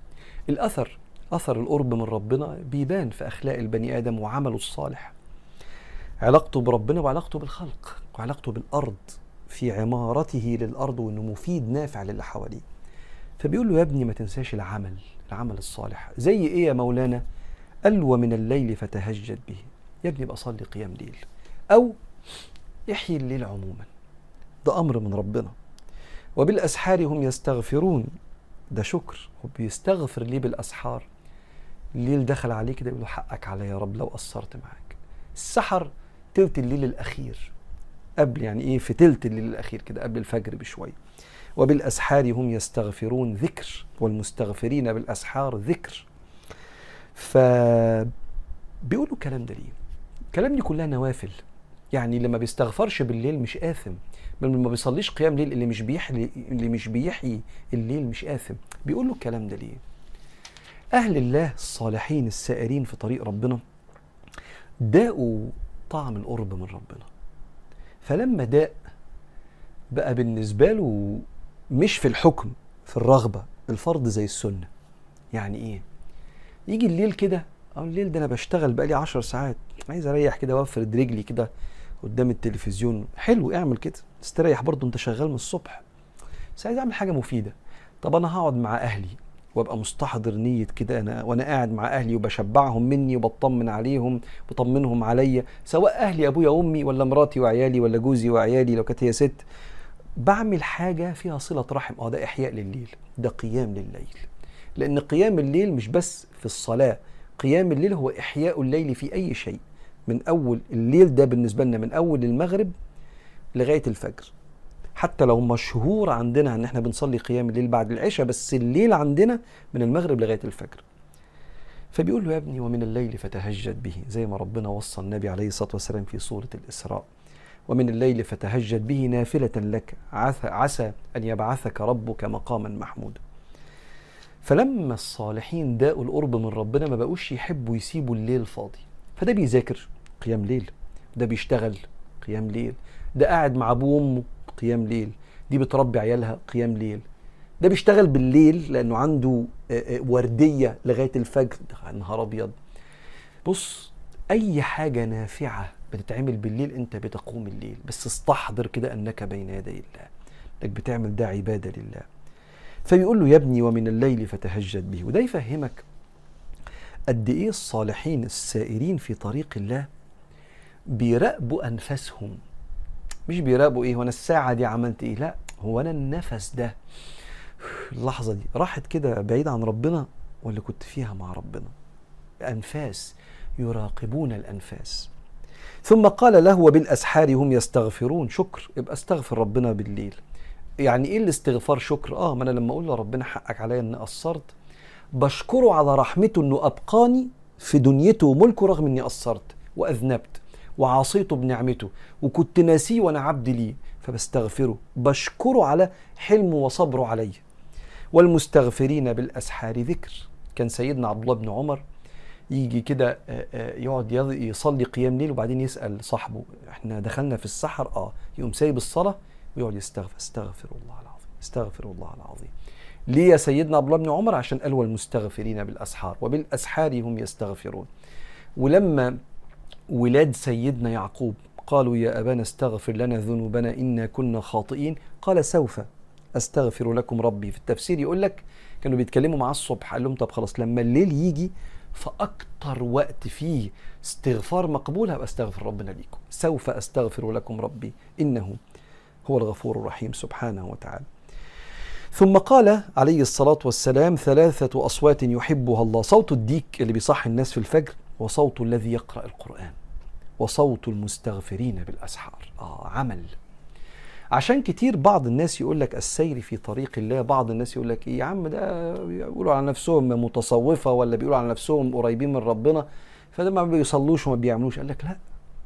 أثر القرب من ربنا بيبان في أخلاق البني آدم وعمله الصالح، علاقته بربنا وعلاقته بالخلق وعلاقته بالأرض، في عمارته للأرض، وإنه مفيد نافع للي حواليه. فبيقول له يا ابني ما تنساش العمل الصالح. زي إيه يا مولانا؟ قال له: ومن الليل فتهجد به. يا ابني بقى صلي قيام ليل، أو يحيي الليل عموما، ده أمر من ربنا. وبالأسحار هم يستغفرون، ده شكر، وبيستغفر ليه بالأسحار. الليل دخل عليه كده يقول له: حقك علي يا رب لو قصرت معاك. السحر تلت الليل الأخير، قبل يعني إيه، في تلت الليل الأخير كده قبل الفجر بشوية. وبالأسحار هم يستغفرون ذكر، والمستغفرين بالأسحار ذكر. فبيقولوا الكلام ده ليه؟ الكلام دي كلها نوافل، يعني اللي ما بيستغفرش بالليل مش آثم، اللي ما بيصليش قيام ليل، اللي مش بيحيي الليل مش آثم. بيقولوا الكلام ده ليه؟ أهل الله الصالحين السائرين في طريق ربنا داقوا طعم القرب من ربنا، فلما داق بقى بالنسبة له مش في الحكم، في الرغبة، الفرض زي السنة. يعني إيه؟ يجي الليل كده، الليل ده أنا بشتغل بقالي 10 ساعات، عايز أريح كده وأفرد رجلي كده قدام التلفزيون. حلو، اعمل كده، استريح برضو انت شغال من الصبح، بس عايز اعمل حاجة مفيدة. طب انا هقعد مع اهلي وابقى مستحضر نية كده، وانا قاعد مع اهلي وبشبعهم مني وبطمن عليهم وبطمنهم عليا، سواء اهلي ابويا وامي ولا مراتي وعيالي ولا جوزي وعيالي لو كانت هي ست، بعمل حاجة فيها صلة رحم. ده احياء لليل، ده قيام لليل. لان قيام الليل مش بس في الصلاة، قيام الليل هو احياء الليل في اي شيء. من أول الليل ده بالنسبة لنا من أول المغرب لغاية الفجر، حتى لو مشهور عندنا أن احنا بنصلي قيام الليل بعد العشاء، بس الليل عندنا من المغرب لغاية الفجر. فبيقول له يا ابني ومن الليل فتهجد به، زي ما ربنا وصى النبي عليه الصلاة والسلام في سورة الإسراء: ومن الليل فتهجد به نافلة لك عسى أن يبعثك ربك مقاما محمودا. فلما الصالحين داقوا القرب من ربنا ما بقوش يحبوا يسيبوا الليل فاضي، فده بيذاكر قيام ليل، ده بيشتغل قيام ليل، ده قاعد مع ابوه وامه قيام ليل، دي بتربي عيالها قيام ليل، ده بيشتغل بالليل لانه عنده وردية لغاية الفجر. نهار ابيض. بص، اي حاجة نافعة بتتعمل بالليل انت بتقوم الليل، بس استحضر كده انك بين يدي الله، انك بتعمل ده عبادة لله. فبيقول له يا ابني ومن الليل فتهجد به. وده يفهمك قد ايه الصالحين السائرين في طريق الله بيراقبوا انفاسهم. مش بيراقبوا ايه، وانا الساعة دي عملت ايه، لا، هو انا النفس ده، اللحظة دي راحت كده بعيد عن ربنا ولا كنت فيها مع ربنا. أنفاس، يراقبون الأنفاس. ثم قال له وبالأسحار هم يستغفرون شكر، يبقى استغفر ربنا بالليل. يعني ايه الاستغفار شكر؟ ما انا لما اقول لربنا حقك عليا ان قصرت، بشكره على رحمته انه ابقاني في دنيته وملكه رغم اني قصرت واذنبت وعصيته بنعمته وكنت ناسيه وانا عبد ليه، فبستغفره، بشكره على حلمه وصبره علي. والمستغفرين بالاسحار ذكر. كان سيدنا عبد الله بن عمر يجي كده يقعد يصلي قيام ليل وبعدين يسأل صاحبه احنا دخلنا في السحر؟ يقوم سايب الصلاة ويقعد يستغفر، استغفر الله العظيم، استغفر الله العظيم. ليه يا سيدنا عبد الله بن عمر؟ عشان قال والمستغفرين بالأسحار وبالأسحار هم يستغفرون. ولما ولاد سيدنا يعقوب قالوا يا أبانا استغفر لنا ذنوبنا إنا كنا خاطئين، قال سوف أستغفر لكم ربي. في التفسير يقول لك كانوا بيتكلموا معاه الصبح، قال لهم طب خلاص لما الليل يجي فأكتر وقت فيه استغفار مقبول هبقى استغفر ربنا ليكم، سوف أستغفر لكم ربي إنه هو الغفور الرحيم سبحانه وتعالى. ثم قال عليه الصلاة والسلام 3 أصوات يحبها الله: صوت الديك اللي بيصحي الناس في الفجر، وصوت الذي يقرأ القرآن، وصوت المستغفرين بالأسحار. عمل. عشان كتير بعض الناس يقول لك السير في طريق الله، بعض الناس يقول لك ايه يا عم ده بيقولوا على نفسهم متصوفة ولا بيقولوا على نفسهم قريبين من ربنا فده ما بيصلوش وما بيعملوش. قال لك لا،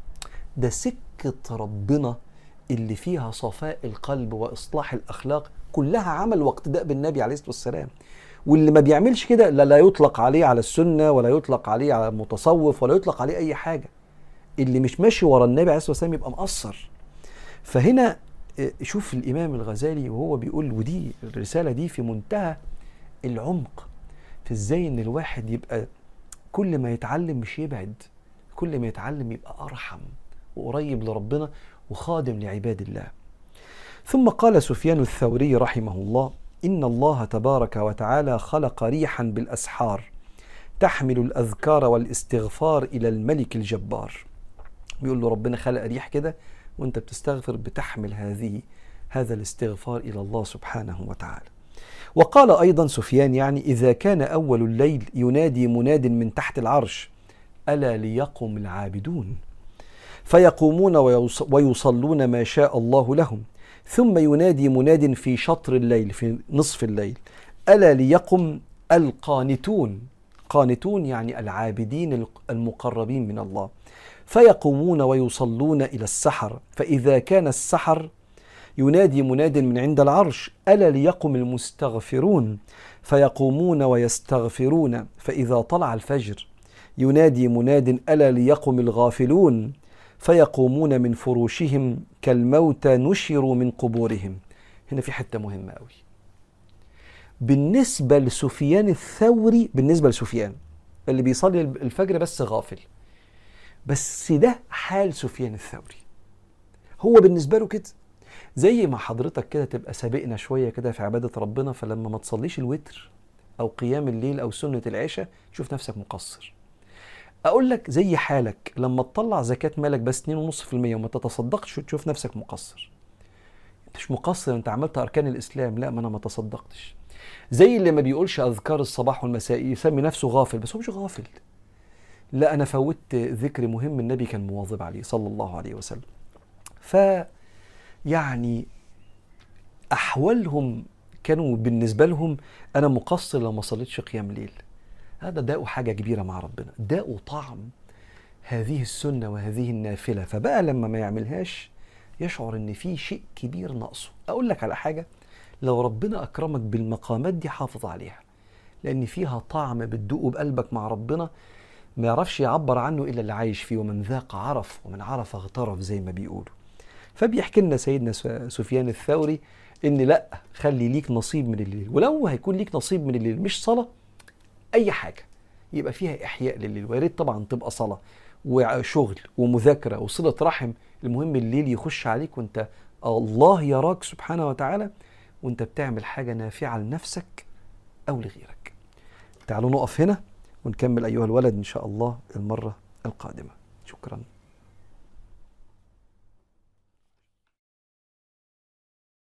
ده سكة ربنا اللي فيها صفاء القلب وإصلاح الأخلاق كلها عمل واقتداء بالنبي عليه الصلاة والسلام. واللي ما بيعملش كده لا يطلق عليه على السنة ولا يطلق عليه على متصوف ولا يطلق عليه أي حاجة. اللي مش ماشي ورا النبي عليه الصلاة والسلام يبقى مقصر. فهنا شوف الإمام الغزالي وهو بيقول، ودي الرسالة دي في منتهى العمق، في ازاي ان الواحد يبقى كل ما يتعلم مش يبعد، كل ما يتعلم يبقى أرحم وقريب لربنا وخادم لعباد الله. ثم قال سفيان الثوري رحمه الله: إن الله تبارك وتعالى خلق ريحا بالأسحار تحمل الأذكار والاستغفار إلى الملك الجبار. بيقول له ربنا خلق ريح كده وانت بتستغفر بتحمل هذا الاستغفار إلى الله سبحانه وتعالى. وقال أيضا سفيان يعني: إذا كان أول الليل ينادي مناد من تحت العرش: ألا ليقم العابدون، فيقومون ويصلون ما شاء الله لهم. ثم ينادي مناد في شطر الليل، في نصف الليل: ألا ليقم القانتون. قانتون يعني العابدين المقربين من الله. فيقومون ويصلون إلى السحر. فإذا كان السحر ينادي مناد من عند العرش: ألا ليقم المستغفرون. فيقومون ويستغفرون. فإذا طلع الفجر ينادي مناد: ألا ليقم الغافلون. فيقومون من فروشهم كالموتى نشروا من قبورهم. هنا في حتة مهمة قوي بالنسبة لسفيان الثوري، بالنسبة لسفيان اللي بيصلي الفجر بس غافل، بس ده حال سفيان الثوري. هو بالنسبة له كده زي ما حضرتك كده تبقى سابقنا شوية كده في عبادة ربنا، فلما ما تصليش الوتر أو قيام الليل أو سنة العشاء تشوف نفسك مقصر. أقول لك زي حالك لما تطلع زكاة مالك بس 2.5% وما تتصدقش تشوف نفسك مقصر. أنت مش مقصر، أنت عملت أركان الإسلام، لا ما أنا ما تصدقتش. زي اللي ما بيقولش أذكار الصباح والمساء يسمي نفسه غافل، بس هو مش غافل، لا أنا فوتت ذكر مهم النبي كان مواظب عليه صلى الله عليه وسلم. يعني أحوالهم كانوا بالنسبة لهم أنا مقصر لو ما صليتش قيام ليل. هذا داء حاجة كبيرة مع ربنا، داء طعم هذه السنة وهذه النافلة. فبقى لما ما يعملهاش يشعر إن في شيء كبير ناقصه. أقول لك على حاجة، لو ربنا أكرمك بالمقامات دي حافظ عليها، لأن فيها طعم بتدوقه بقلبك مع ربنا ما يعرفش يعبر عنه إلا اللي عايش فيه، ومن ذاق عرف ومن عرف اغترف زي ما بيقولوا. فبيحكي لنا سيدنا سفيان الثوري إن لا، خلي ليك نصيب من الليل، ولو هيكون ليك نصيب من الليل مش صلاة، أي حاجة يبقى فيها إحياء لليل. ويا ريت طبعا تبقى صلاة وشغل ومذاكرة وصلة رحم. المهم الليل يخش عليك وانت الله يراك سبحانه وتعالى وانت بتعمل حاجة نافعة لنفسك أو لغيرك. تعالوا نقف هنا ونكمل أيها الولد إن شاء الله المرة القادمة. شكرا.